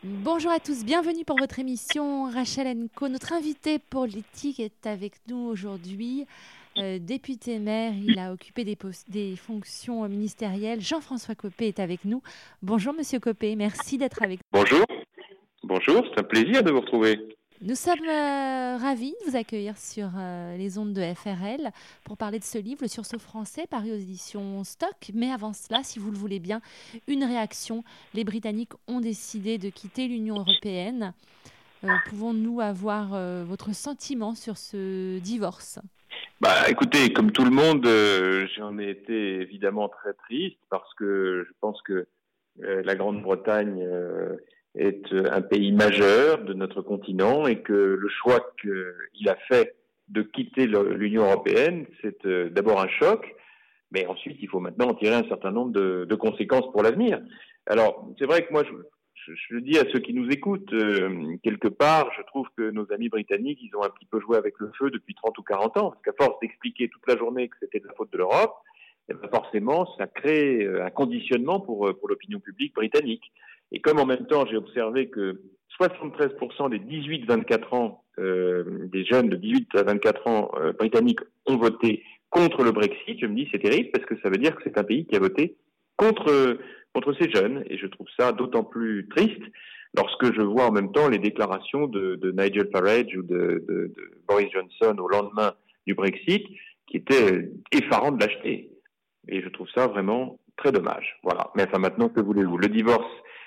Bonjour à tous, bienvenue pour votre émission Rachel Enco. Notre invité politique est avec nous aujourd'hui. Député maire, il a occupé des fonctions ministérielles. Jean-François Copé est avec nous. Bonjour Monsieur Copé, merci d'être avec Bonjour, bonjour, c'est un plaisir de vous retrouver. nous. Nous sommes ravis de vous accueillir sur les ondes de FRL pour parler de ce livre, Le Sursaut français, paru aux éditions Stock. Mais avant cela, si vous le voulez bien, une réaction. Les Britanniques ont décidé de quitter l'Union européenne. Pouvons-nous avoir votre sentiment sur ce divorce ? Écoutez, comme tout le monde, j'en ai été évidemment très triste parce que je pense que la Grande-Bretagne est un pays majeur de notre continent et que le choix qu'il a fait de quitter l'Union européenne, c'est d'abord un choc, mais ensuite il faut maintenant en tirer un certain nombre de conséquences pour l'avenir. Alors, c'est vrai que moi, je le dis à ceux qui nous écoutent, quelque part, je trouve que nos amis britanniques, ils ont un petit peu joué avec le feu depuis 30 ou 40 ans, parce qu'à force d'expliquer toute la journée que c'était de la faute de l'Europe, eh bien forcément, ça crée un conditionnement pour l'opinion publique britannique. Et comme en même temps, j'ai observé que 73% des 18-24 ans, des jeunes de 18 à 24 ans britanniques ont voté contre le Brexit, je me dis c'est terrible, parce que ça veut dire que c'est un pays qui a voté contre ces jeunes, et je trouve ça d'autant plus triste lorsque je vois en même temps les déclarations de Nigel Farage ou de Boris Johnson au lendemain du Brexit, qui étaient effarants de lâcheté. Et je trouve ça vraiment très dommage. Voilà. Mais enfin, maintenant, que voulez-vous ? Le divorce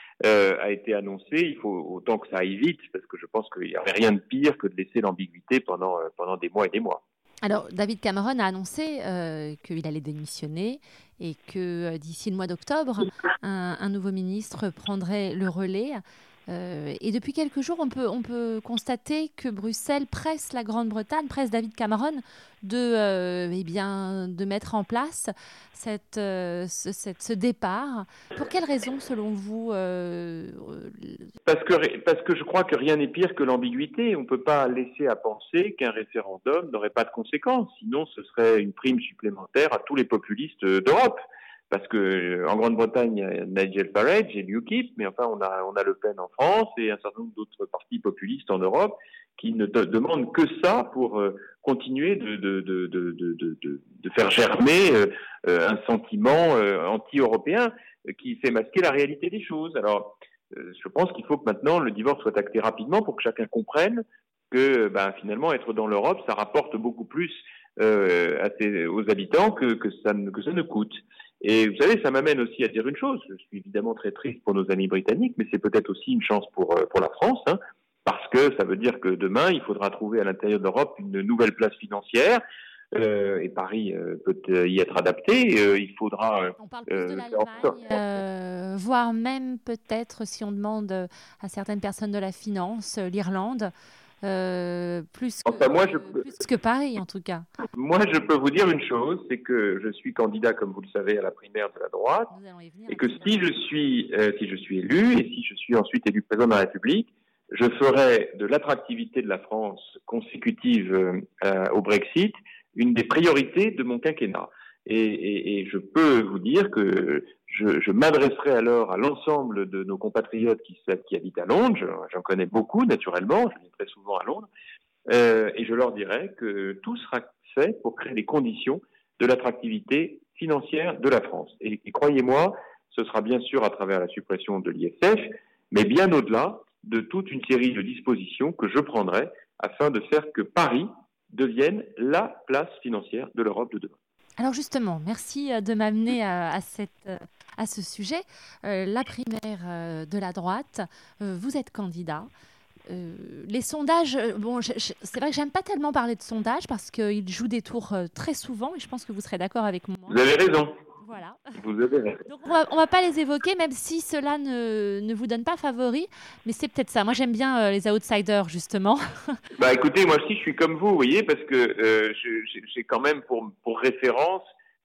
a été annoncé, il faut autant que ça aille vite, parce que je pense qu'il n'y avait rien de pire que de laisser l'ambiguïté pendant des mois et des mois. Alors, David Cameron a annoncé qu'il allait démissionner et que d'ici le mois d'octobre, un nouveau ministre prendrait le relais. Et depuis quelques jours, on peut constater que Bruxelles presse la Grande-Bretagne, presse David Cameron de mettre en place ce départ. Pour quelles raisons, selon vous Parce que je crois que rien n'est pire que l'ambiguïté. On ne peut pas laisser à penser qu'un référendum n'aurait pas de conséquences. Sinon, ce serait une prime supplémentaire à tous les populistes d'Europe. Parce que en Grande-Bretagne, il y a Nigel Farage et l'UKIP, mais enfin, on a Le Pen en France et un certain nombre d'autres partis populistes en Europe qui ne demandent que ça pour continuer de faire germer un sentiment anti-européen qui fait masquer la réalité des choses. Alors, je pense qu'il faut que maintenant le divorce soit acté rapidement pour que chacun comprenne que finalement être dans l'Europe, ça rapporte beaucoup plus aux habitants que ça ne coûte. Et vous savez, ça m'amène aussi à dire une chose. Je suis évidemment très triste pour nos amis britanniques, mais c'est peut-être aussi une chance pour la France, hein, parce que ça veut dire que demain, il faudra trouver à l'intérieur de l'Europe une nouvelle place financière. Et Paris peut y être adapté. Il faudra... On parle plus de l'Allemagne, voire même peut-être, si on demande à certaines personnes de la finance, l'Irlande, plus que Paris en tout cas. Moi, je peux vous dire une chose, c'est que je suis candidat, comme vous le savez, à la primaire de la droite, et que si je suis élu, et si je suis ensuite élu président de la République, je ferai de l'attractivité de la France consécutive au Brexit une des priorités de mon quinquennat. Et je peux vous dire que je m'adresserai alors à l'ensemble de nos compatriotes qui habitent à Londres. J'en connais beaucoup, naturellement, je viens très souvent à Londres, et je leur dirai que tout sera fait pour créer les conditions de l'attractivité financière de la France. Et croyez-moi, ce sera bien sûr à travers la suppression de l'ISF, mais bien au-delà de toute une série de dispositions que je prendrai afin de faire que Paris devienne la place financière de l'Europe de demain. Alors justement, merci de m'amener à ce sujet. La primaire de la droite, vous êtes candidat. Les sondages, c'est vrai que j'aime pas tellement parler de sondages parce qu'ils jouent des tours très souvent et je pense que vous serez d'accord avec moi. Vous avez raison. Voilà. Vous avez raison. Donc on va pas les évoquer, même si cela ne vous donne pas favori, mais c'est peut-être ça. Moi j'aime bien les outsiders justement. Écoutez, moi aussi je suis comme vous voyez, parce que j'ai quand même pour référence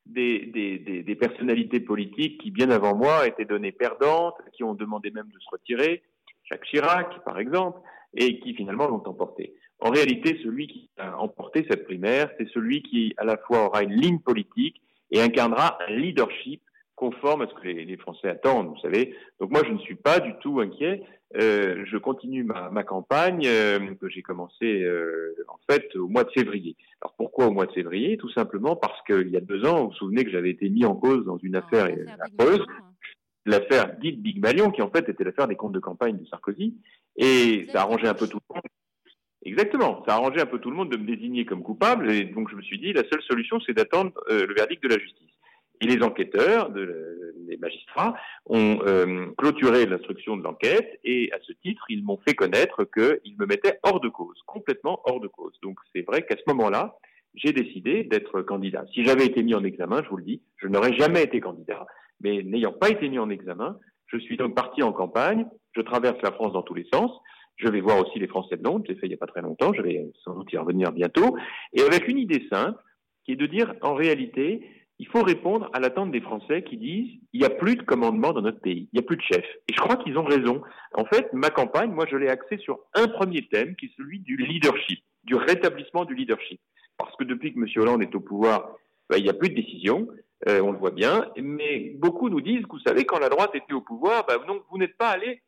des personnalités politiques qui bien avant moi étaient données perdantes, qui ont demandé même de se retirer. Jacques Chirac, par exemple, et qui finalement l'ont emporté. En réalité, celui qui a emporté cette primaire, c'est celui qui, à la fois, aura une ligne politique et incarnera un leadership conforme à ce que les Français attendent, vous savez. Donc moi, je ne suis pas du tout inquiet. Je continue ma campagne que j'ai commencée en fait au mois de février. Alors pourquoi au mois de février? Tout simplement parce qu'il y a 2 ans, vous vous souvenez que j'avais été mis en cause dans une affaire affreuse, l'affaire dite Big Malion, qui en fait était l'affaire des comptes de campagne de Sarkozy, et ça arrangeait un peu tout le monde. Exactement, ça arrangeait un peu tout le monde de me désigner comme coupable, et donc je me suis dit la seule solution c'est d'attendre le verdict de la justice. Et les enquêteurs, les magistrats, ont clôturé l'instruction de l'enquête, et à ce titre, ils m'ont fait connaître qu'ils me mettaient hors de cause, complètement hors de cause. Donc c'est vrai qu'à ce moment-là, j'ai décidé d'être candidat. Si j'avais été mis en examen, je vous le dis, je n'aurais jamais été candidat. Mais n'ayant pas été mis en examen, je suis donc parti en campagne, je traverse la France dans tous les sens, je vais voir aussi les Français de Londres, j'ai fait il n'y a pas très longtemps, je vais sans doute y revenir bientôt, et avec une idée simple, qui est de dire, en réalité, il faut répondre à l'attente des Français qui disent il n'y a plus de commandement dans notre pays, il n'y a plus de chef. Et je crois qu'ils ont raison. En fait, ma campagne, moi, je l'ai axée sur un premier thème qui est celui du leadership, du rétablissement du leadership. Parce que depuis que M. Hollande est au pouvoir, il n'y a plus de décision, on le voit bien, mais beaucoup nous disent que vous savez, quand la droite était au pouvoir, non, vous n'êtes pas allé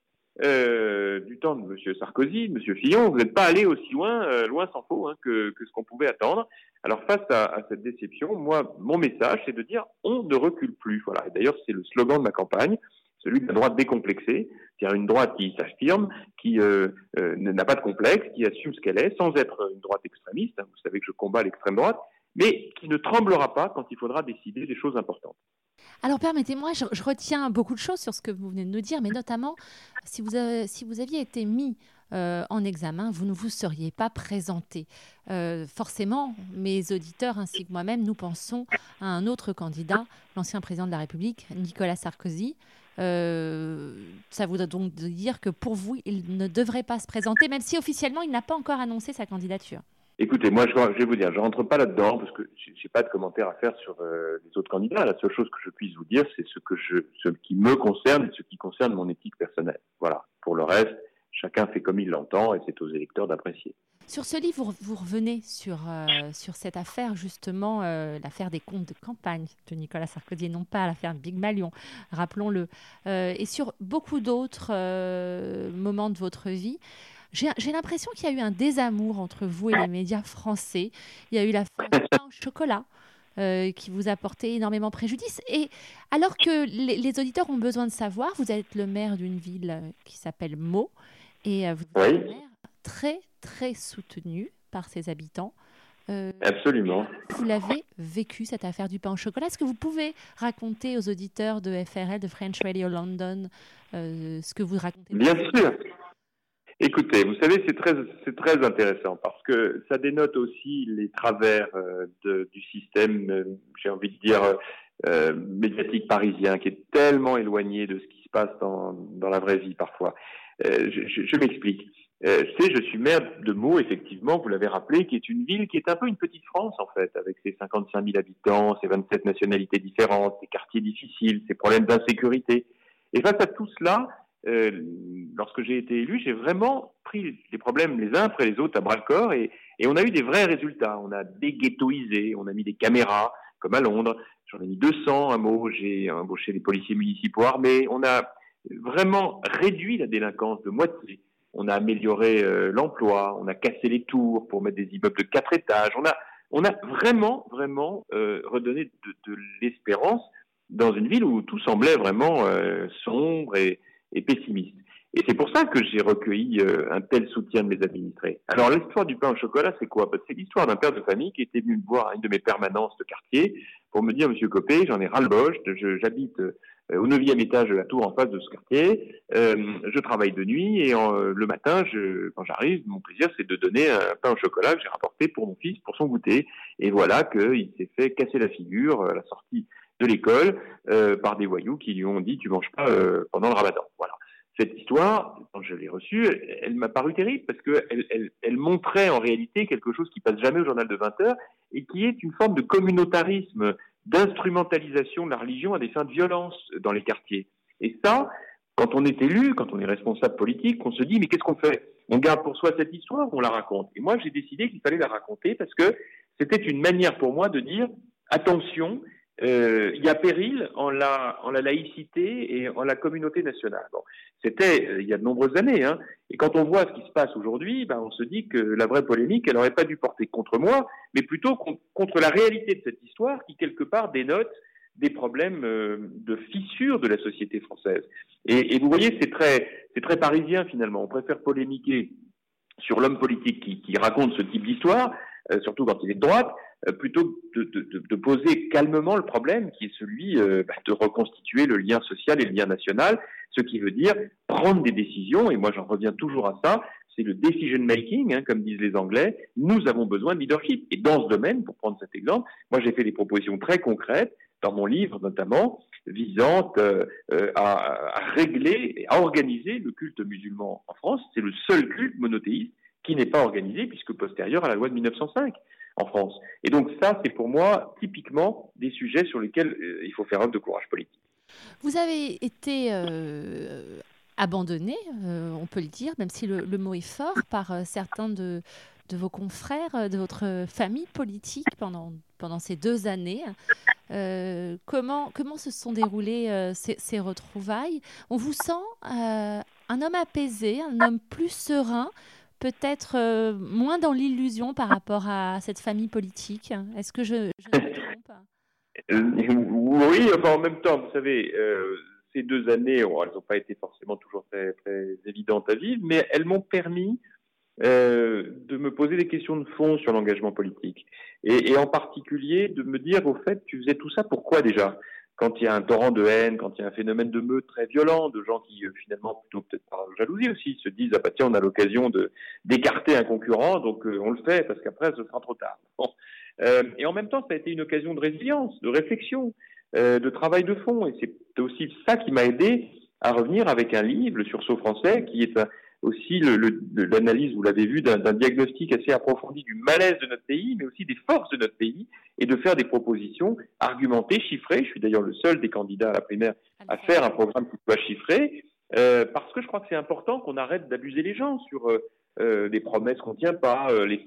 du temps de M. Sarkozy, de M. Fillon, vous n'êtes pas allé aussi loin, loin s'en faut, que ce qu'on pouvait attendre. Alors face à cette déception, moi, mon message, c'est de dire on ne recule plus. Voilà. Et d'ailleurs, c'est le slogan de ma campagne, celui de la droite décomplexée, c'est-à-dire une droite qui s'affirme, qui n'a pas de complexe, qui assume ce qu'elle est, sans être une droite extrémiste. Vous savez que je combats l'extrême droite, mais qui ne tremblera pas quand il faudra décider des choses importantes. Alors permettez-moi, je retiens beaucoup de choses sur ce que vous venez de nous dire, mais notamment, si vous aviez été mis en examen, vous ne vous seriez pas présenté. Forcément, mes auditeurs ainsi que moi-même, nous pensons à un autre candidat, l'ancien président de la République, Nicolas Sarkozy. Ça voudrait donc dire que pour vous, il ne devrait pas se présenter, même si officiellement, il n'a pas encore annoncé sa candidature. Écoutez, moi, je vais vous dire, je rentre pas là-dedans parce que j'ai pas de commentaires à faire sur les autres candidats. La seule chose que je puisse vous dire, c'est ce qui me concerne et ce qui concerne mon éthique personnelle. Voilà. Pour le reste, chacun fait comme il l'entend et c'est aux électeurs d'apprécier. Sur ce livre, vous revenez sur cette affaire, justement, l'affaire des comptes de campagne de Nicolas Sarkozy et non pas l'affaire Big Malion, rappelons-le, et sur beaucoup d'autres moments de votre vie. J'ai l'impression qu'il y a eu un désamour entre vous et les médias français. Il y a eu l'affaire du pain au chocolat qui vous a porté énormément préjudice. Et alors que les auditeurs ont besoin de savoir, vous êtes le maire d'une ville qui s'appelle Meaux et vous êtes un maire très, très soutenu par ses habitants. Absolument. Vous l'avez vécu, cette affaire du pain au chocolat. Est-ce que vous pouvez raconter aux auditeurs de FRL, de French Radio London, ce que vous racontez? Bien sûr. Écoutez, vous savez, c'est très intéressant parce que ça dénote aussi les travers du système, j'ai envie de dire, médiatique parisien, qui est tellement éloigné de ce qui se passe dans la vraie vie parfois. Je m'explique. Je suis maire de Meaux, effectivement, vous l'avez rappelé, qui est une ville qui est un peu une petite France, en fait, avec ses 55 000 habitants, ses 27 nationalités différentes, ses quartiers difficiles, ses problèmes d'insécurité. Et face à tout cela, lorsque j'ai été élu, j'ai vraiment pris les problèmes les uns après les autres à bras-le-corps et on a eu des vrais résultats. On a déghettoisé, on a mis des caméras, comme à Londres. J'en ai mis 200 à Meaux, j'ai embauché des policiers municipaux armés. On a vraiment réduit la délinquance de moitié. On a amélioré l'emploi, on a cassé les tours pour mettre des immeubles de 4 étages. On a vraiment redonné de l'espérance dans une ville où tout semblait vraiment sombre et pessimiste. Et c'est pour ça que j'ai recueilli un tel soutien de mes administrés. Alors l'histoire du pain au chocolat, c'est quoi? C'est l'histoire d'un père de famille qui était venu me voir à une de mes permanences de quartier pour me dire, Monsieur Copé, j'en ai ras-le-bol, j'habite au 9e étage de la tour en face de ce quartier, je travaille de nuit et le matin, quand j'arrive, mon plaisir c'est de donner un pain au chocolat que j'ai rapporté pour mon fils, pour son goûter. Et voilà qu'il s'est fait casser la figure à la sortie de l'école par des voyous qui lui ont dit tu manges pas pendant le ramadan. Voilà. Cette histoire, quand je l'ai reçue, elle m'a paru terrible parce qu'elle montrait en réalité quelque chose qui passe jamais au journal de 20 heures et qui est une forme de communautarisme, d'instrumentalisation de la religion à des fins de violence dans les quartiers. Et ça, quand on est élu, quand on est responsable politique, on se dit mais qu'est-ce qu'on fait? On garde pour soi cette histoire ou on la raconte? Et moi, j'ai décidé qu'il fallait la raconter parce que c'était une manière pour moi de dire attention, il y a péril en la laïcité et en la communauté nationale. Bon, c'était il y a de nombreuses années. Hein. Et quand on voit ce qui se passe aujourd'hui, on se dit que la vraie polémique, elle n'aurait pas dû porter contre moi, mais plutôt contre la réalité de cette histoire qui, quelque part, dénote des problèmes de fissure de la société française. Et vous voyez, c'est très parisien, finalement. On préfère polémiquer sur l'homme politique qui raconte ce type d'histoire, surtout quand il est de droite, plutôt que de poser calmement le problème qui est celui de reconstituer le lien social et le lien national, ce qui veut dire prendre des décisions, et moi j'en reviens toujours à ça, c'est le decision making, comme disent les Anglais. Nous avons besoin de leadership. Et dans ce domaine, pour prendre cet exemple, moi j'ai fait des propositions très concrètes, dans mon livre notamment, visant à régler et à organiser le culte musulman en France. C'est le seul culte monothéiste qui n'est pas organisé, puisque postérieur à la loi de 1905 en France. Et donc ça, c'est pour moi typiquement des sujets sur lesquels il faut faire œuvre de courage politique. Vous avez été abandonné, on peut le dire, même si le mot est fort, par certains de vos confrères, de votre famille politique pendant ces 2 années. Comment se sont déroulées ces retrouvailles? On vous sent un homme apaisé, un homme plus serein, peut-être moins dans l'illusion par rapport à cette famille politique. Est-ce que je me trompe? Oui, en même temps, vous savez, ces 2 années, elles n'ont pas été forcément toujours très, très évidentes à vivre, mais elles m'ont permis de me poser des questions de fond sur l'engagement politique. Et en particulier, de me dire, au fait, tu faisais tout ça pourquoi déjà ? Quand il y a un torrent de haine, quand il y a un phénomène de meute très violent, de gens qui, finalement, plutôt peut-être par jalousie aussi, se disent, tiens, on a l'occasion d'écarter un concurrent, donc on le fait, parce qu'après, ce sera trop tard. Bon. Et en même temps, ça a été une occasion de résilience, de réflexion, de travail de fond. Et c'est aussi ça qui m'a aidé à revenir avec un livre, le Sursaut français, qui est aussi l'analyse, vous l'avez vu, d'un diagnostic assez approfondi du malaise de notre pays, mais aussi des forces de notre pays, et de faire des propositions argumentées, chiffrées. Je suis d'ailleurs le seul des candidats à la primaire à faire un programme qui soit chiffré, parce que je crois que c'est important qu'on arrête d'abuser les gens sur des promesses qu'on ne tient pas,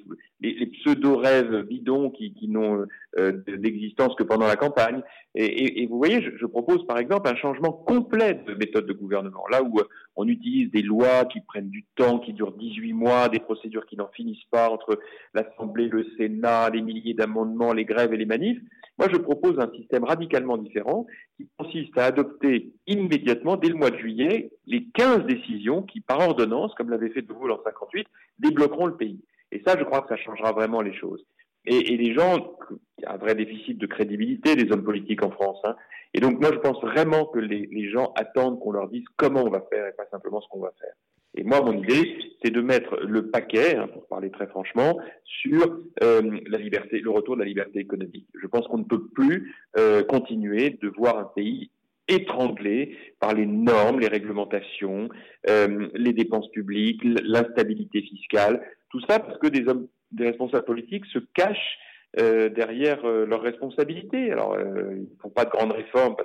les pseudo-rêves bidons qui n'ont d'existence que pendant la campagne. Et vous voyez, je propose par exemple un changement complet de méthode de gouvernement. Là où on utilise des lois qui prennent du temps, qui durent 18 mois, des procédures qui n'en finissent pas entre l'Assemblée, le Sénat, les milliers d'amendements, les grèves et les manifs, moi je propose un système radicalement différent qui consiste à adopter immédiatement, dès le mois de juillet, les 15 décisions qui, par ordonnance, comme l'avait fait De Gaulle en 58, débloqueront le pays. Et ça, je crois que ça changera vraiment les choses. Et les gens, il y a un vrai déficit de crédibilité des hommes politiques en France. Et donc moi, je pense vraiment que les gens attendent qu'on leur dise comment on va faire et pas simplement ce qu'on va faire. Et moi, mon idée, c'est de mettre le paquet, pour parler très franchement, sur la liberté, le retour de la liberté économique. Je pense qu'on ne peut plus continuer de voir un pays étranglé par les normes, les réglementations, les dépenses publiques, l'instabilité fiscale, tout ça parce que des responsables politiques se cachent derrière leurs responsabilités. Alors, ils ne font pas de grandes réformes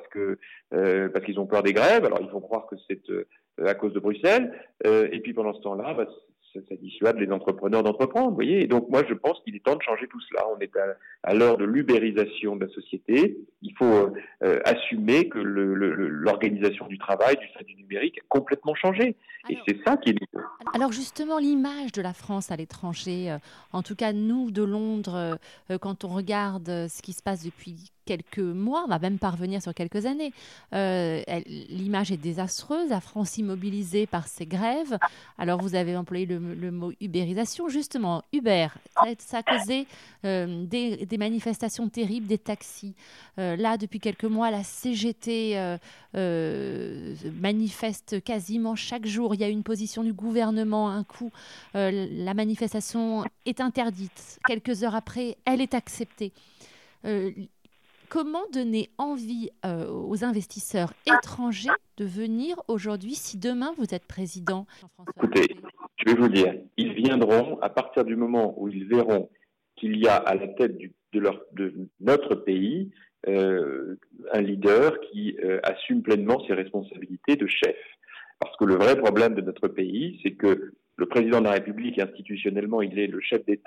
parce qu'ils ont peur des grèves. Alors, ils font croire que c'est à cause de Bruxelles. Et puis, pendant ce temps-là, ça dissuade les entrepreneurs d'entreprendre, vous voyez. Et donc, moi, je pense qu'il est temps de changer tout cela. On est à l'heure de l'ubérisation de la société. Il faut assumer que l'organisation du travail, du numérique, a complètement changé. Et c'est ça qui est nouveau. Alors justement, l'image de la France à l'étranger, en tout cas nous de Londres, quand on regarde ce qui se passe depuis quelques mois, on va même parvenir sur quelques années, l'image est désastreuse, la France immobilisée par ces grèves. Alors vous avez employé le mot ubérisation, justement, Uber, ça a causé des manifestations terribles, des taxis. Là, depuis quelques mois, la CGT manifeste quasiment chaque jour. Il y a une position du gouvernement, un coup, la manifestation est interdite. Quelques heures après, elle est acceptée. Comment donner envie aux investisseurs étrangers de venir aujourd'hui si demain vous êtes président, Jean-François? Écoutez, je vais vous dire, ils viendront à partir du moment où ils verront qu'il y a à la tête de notre pays un leader qui assume pleinement ses responsabilités de chef. Parce que le vrai problème de notre pays, c'est que le président de la République, institutionnellement, il est le chef d'État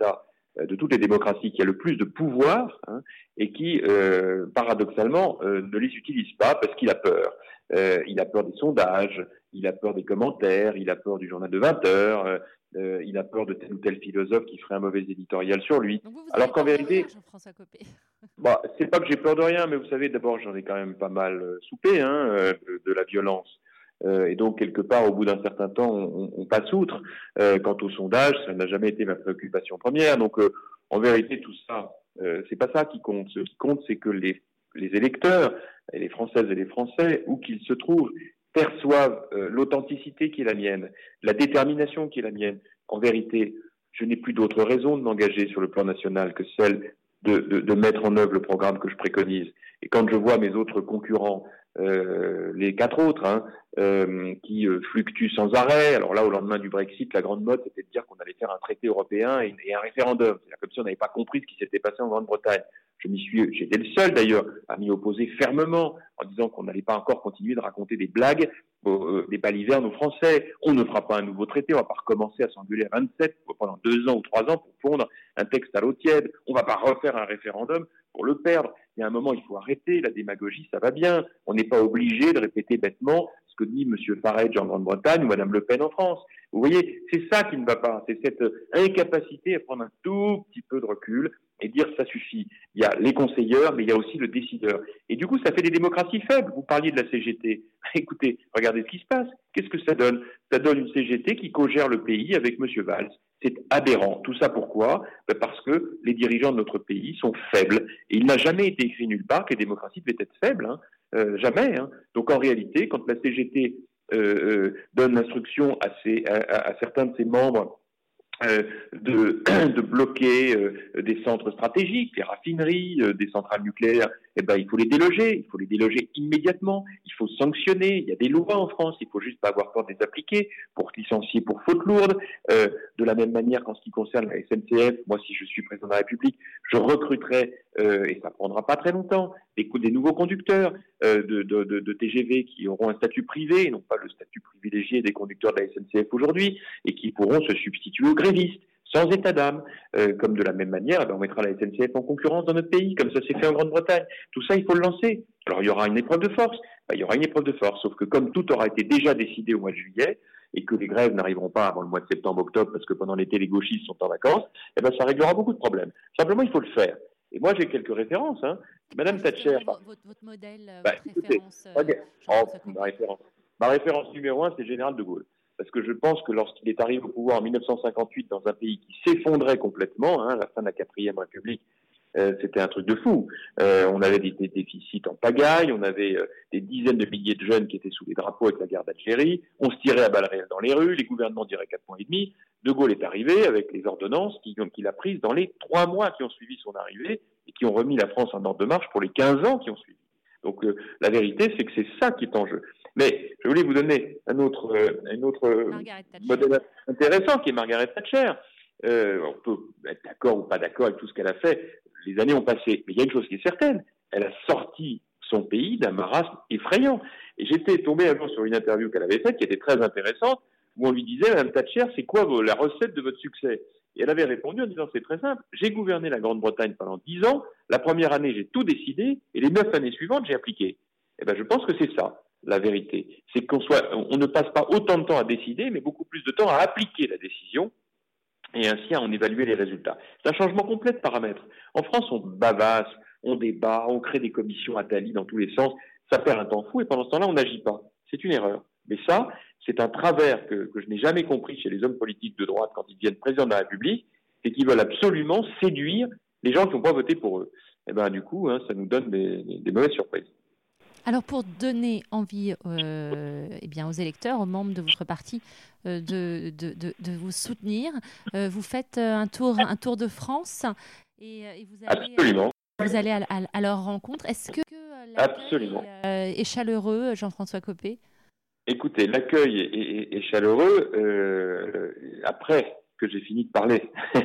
de toutes les démocraties, qui a le plus de pouvoir, hein, et qui, paradoxalement, ne les utilise pas parce qu'il a peur. Il a peur des sondages, il a peur des commentaires, il a peur du journal de 20 heures, il a peur de tel ou tel philosophe qui ferait un mauvais éditorial sur lui. Donc vous Alors qu'en avez peur de vérité, rien, Jean-François Copé. bah, c'est pas que j'ai peur de rien, mais vous savez, d'abord, j'en ai quand même pas mal soupé, hein, de la violence. Et donc, quelque part, au bout d'un certain temps, on passe outre. Quant au sondage, ça n'a jamais été ma préoccupation première. Donc, en vérité, tout ça, c'est pas ça qui compte. Ce qui compte, c'est que les électeurs, et les Françaises et les Français, où qu'ils se trouvent, perçoivent l'authenticité qui est la mienne, la détermination qui est la mienne. En vérité, je n'ai plus d'autre raison de m'engager sur le plan national que celle de mettre en œuvre le programme que je préconise. Et quand je vois mes autres concurrents, les 4 autres, hein, qui fluctuent sans arrêt. Alors là, au lendemain du Brexit, la grande mode, c'était de dire qu'on allait faire un traité européen et un référendum. C'est comme si on n'avait pas compris ce qui s'était passé en Grande-Bretagne. J'étais le seul d'ailleurs à m'y opposer fermement en disant qu'on n'allait pas encore continuer de raconter des blagues, des balivernes aux Français. On ne fera pas un nouveau traité, on va pas recommencer à s'engueuler à 27 pendant 2 ans ou 3 ans pour pondre un texte à l'eau tiède. On va pas refaire un référendum pour le perdre. Il y a un moment, il faut arrêter, la démagogie, ça va bien. On n'est pas obligé de répéter bêtement ce que dit M. Farage en Grande-Bretagne ou Mme Le Pen en France. Vous voyez, c'est ça qui ne va pas. C'est cette incapacité à prendre un tout petit peu de recul et dire ça suffit. Il y a les conseilleurs, mais il y a aussi le décideur. Et du coup, ça fait des démocraties faibles. Vous parliez de la CGT. Écoutez, regardez ce qui se passe. Qu'est-ce que ça donne? Ça donne une CGT qui co-gère le pays avec M. Valls. C'est aberrant. Tout ça pourquoi? Parce que les dirigeants de notre pays sont faibles. Et il n'a jamais été écrit nulle part que les démocraties devaient être faibles. Hein. Jamais. Hein. Donc en réalité, quand la CGT donne l'instruction à certains de ses membres de bloquer des centres stratégiques, des raffineries, des centrales nucléaires, eh ben, il faut les déloger immédiatement, il faut sanctionner, il y a des lois en France, il faut juste pas avoir peur de les appliquer pour licencier pour faute lourde. De la même manière qu'en ce qui concerne la SNCF, moi si je suis président de la République, je recruterai, et ça prendra pas très longtemps, des nouveaux conducteurs de TGV qui auront un statut privé, non pas le statut privilégié des conducteurs de la SNCF aujourd'hui, et qui pourront se substituer aux grévistes, sans état d'âme. Comme de la même manière, on mettra la SNCF en concurrence dans notre pays, comme ça s'est fait en Grande-Bretagne. Tout ça, il faut le lancer. Alors, il y aura une épreuve de force. Il y aura une épreuve de force, sauf que comme tout aura été déjà décidé au mois de juillet, et que les grèves n'arriveront pas avant le mois de septembre-octobre, parce que pendant l'été, les gauchistes sont en vacances, eh ben, ça réglera beaucoup de problèmes. Simplement, il faut le faire. Et moi, j'ai quelques références. Hein. Madame Thatcher... Votre modèle, votre écoutez, référence, ma référence numéro 1, c'est le général de Gaulle. Parce que je pense que lorsqu'il est arrivé au pouvoir en 1958 dans un pays qui s'effondrait complètement, hein, la fin de la 4e République, c'était un truc de fou. On avait des déficits en pagaille, on avait des dizaines de milliers de jeunes qui étaient sous les drapeaux avec la guerre d'Algérie, on se tirait à balles réelles dans les rues, les gouvernements diraient 4 points et demi. De Gaulle est arrivé avec les ordonnances qu'il a prises dans les 3 mois qui ont suivi son arrivée et qui ont remis la France en ordre de marche pour les 15 ans qui ont suivi. Donc la vérité, c'est que c'est ça qui est en jeu. Mais je voulais vous donner un autre modèle intéressant qui est Margaret Thatcher. On peut être d'accord ou pas d'accord avec tout ce qu'elle a fait. Les années ont passé. Mais il y a une chose qui est certaine. Elle a sorti son pays d'un marasme effrayant. Et j'étais tombé un jour sur une interview qu'elle avait faite qui était très intéressante, où on lui disait, Madame Thatcher, c'est quoi la recette de votre succès? Et elle avait répondu en disant, c'est très simple, j'ai gouverné la Grande-Bretagne pendant 10 ans, la première année j'ai tout décidé, et les 9 années suivantes j'ai appliqué. Eh ben, je pense que c'est ça, la vérité. C'est qu'on ne passe pas autant de temps à décider, mais beaucoup plus de temps à appliquer la décision, et ainsi à en évaluer les résultats. C'est un changement complet de paramètres. En France, on bavasse, on débat, on crée des commissions à tali dans tous les sens, ça perd un temps fou, et pendant ce temps-là, on n'agit pas. C'est une erreur. Mais ça, c'est un travers que je n'ai jamais compris chez les hommes politiques de droite quand ils deviennent président de la République, c'est qu'ils veulent absolument séduire les gens qui n'ont pas voté pour eux. Et ben du coup, hein, ça nous donne des mauvaises surprises. Alors pour donner envie aux électeurs, aux membres de votre parti de vous soutenir, vous faites un tour de France et vous allez à leur rencontre. Est-ce que l'accueil est chaleureux, Jean-François Copé? Écoutez, l'accueil est chaleureux après que j'ai fini de parler.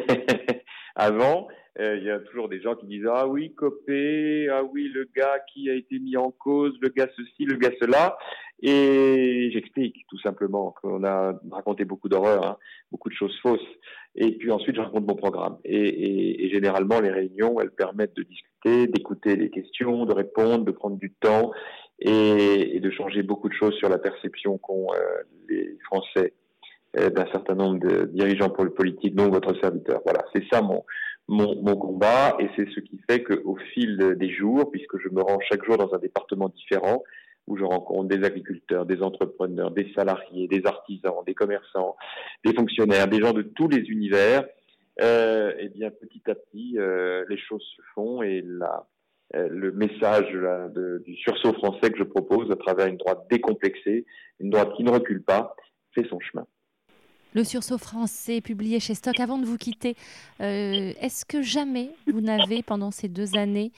Avant, il y a toujours des gens qui disent « Ah oui, Copé, ah oui, le gars qui a été mis en cause, le gars ceci, le gars cela ». Et j'explique tout simplement qu'on a raconté beaucoup d'horreurs, beaucoup de choses fausses. Et puis ensuite, je raconte mon programme. Et généralement, les réunions, elles permettent de discuter, d'écouter les questions, de répondre, de prendre du temps et de changer beaucoup de choses sur la perception qu'ont les Français d'un certain nombre de dirigeants politiques, dont votre serviteur. Voilà, c'est ça mon combat, et c'est ce qui fait qu'au fil des jours, puisque je me rends chaque jour dans un département différent, où je rencontre des agriculteurs, des entrepreneurs, des salariés, des artisans, des commerçants, des fonctionnaires, des gens de tous les univers, et bien petit à petit, les choses se font, et le message du sursaut français que je propose à travers une droite décomplexée, une droite qui ne recule pas, fait son chemin. Le sursaut français publié chez Stock. Avant de vous quitter, est-ce que jamais vous n'avez, pendant ces 2 années,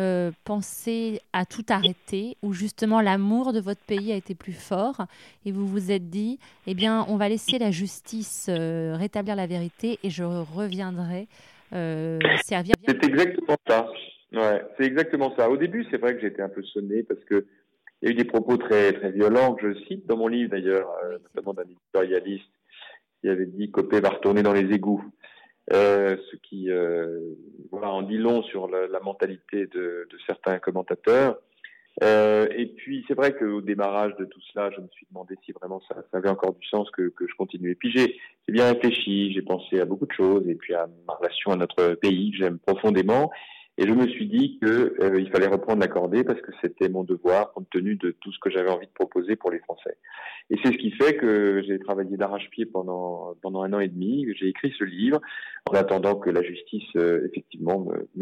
pensé à tout arrêter, ou justement l'amour de votre pays a été plus fort et vous vous êtes dit, eh bien, on va laisser la justice rétablir la vérité et je reviendrai servir. C'est exactement ça. Ouais, c'est exactement ça. Au début, c'est vrai que j'étais un peu sonné parce que il y a eu des propos très, très violents que je cite dans mon livre d'ailleurs, notamment d'un éditorialiste qui avait dit Copé va retourner dans les égouts. Ce qui en dit long sur la mentalité de certains commentateurs. Et puis c'est vrai qu'au démarrage de tout cela, je me suis demandé si vraiment ça avait encore du sens que je continue. Et puis j'ai bien réfléchi, j'ai pensé à beaucoup de choses, et puis à ma relation à notre pays que j'aime profondément. Et je me suis dit qu'il fallait reprendre la cordée parce que c'était mon devoir compte tenu de tout ce que j'avais envie de proposer pour les Français. Et c'est ce qui fait que j'ai travaillé d'arrache-pied pendant 1 an et demi. J'ai écrit ce livre en attendant que la justice effectivement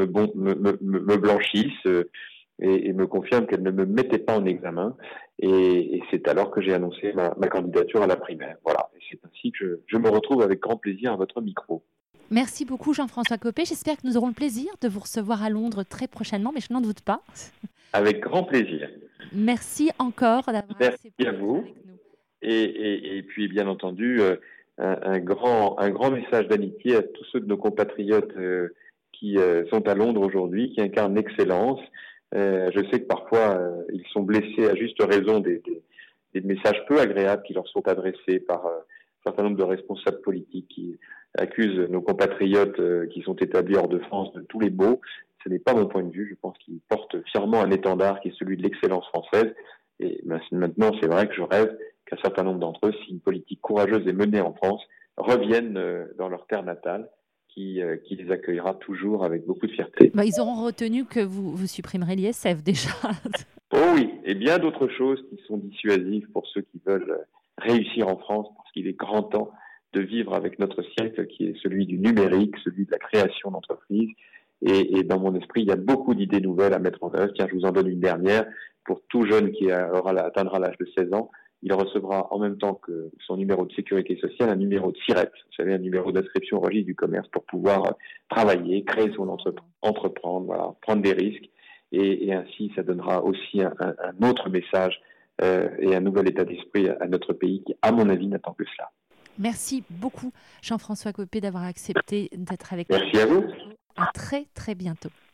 me blanchisse et me confirme qu'elle ne me mettait pas en examen. Et c'est alors que j'ai annoncé ma candidature à la primaire. Voilà. Et c'est ainsi que je me retrouve avec grand plaisir à votre micro. Merci beaucoup Jean-François Copé. J'espère que nous aurons le plaisir de vous recevoir à Londres très prochainement, mais je n'en doute pas. Avec grand plaisir. Merci encore d'avoir accepté à vous. Avec nous. Et puis bien entendu, un grand message d'amitié à tous ceux de nos compatriotes qui sont à Londres aujourd'hui, qui incarnent l'excellence. Je sais que parfois ils sont blessés à juste raison des messages peu agréables qui leur sont adressés par un certain nombre de responsables politiques qui accusent nos compatriotes qui sont établis hors de France de tous les maux. Ce n'est pas mon point de vue. Je pense qu'ils portent fièrement un étendard qui est celui de l'excellence française. Et maintenant, c'est vrai que je rêve qu'un certain nombre d'entre eux, si une politique courageuse est menée en France, reviennent dans leur terre natale, qui les accueillera toujours avec beaucoup de fierté. Ils auront retenu que vous supprimerez l'ISF déjà. Oh oui, et bien d'autres choses qui sont dissuasives pour ceux qui veulent réussir en France, parce qu'il est grand temps de vivre avec notre siècle qui est celui du numérique, celui de la création d'entreprises. Et dans mon esprit, il y a beaucoup d'idées nouvelles à mettre en œuvre. Tiens, je vous en donne une dernière. Pour tout jeune qui atteindra l'âge de 16 ans, il recevra en même temps que son numéro de sécurité sociale un numéro de SIRET, vous savez, un numéro d'inscription au registre du commerce pour pouvoir travailler, créer son entreprendre, voilà, prendre des risques. Et ainsi, ça donnera aussi un autre message et un nouvel état d'esprit à notre pays qui, à mon avis, n'attend que cela. Merci beaucoup, Jean-François Copé, d'avoir accepté d'être avec nous. Merci à vous. À très, très bientôt.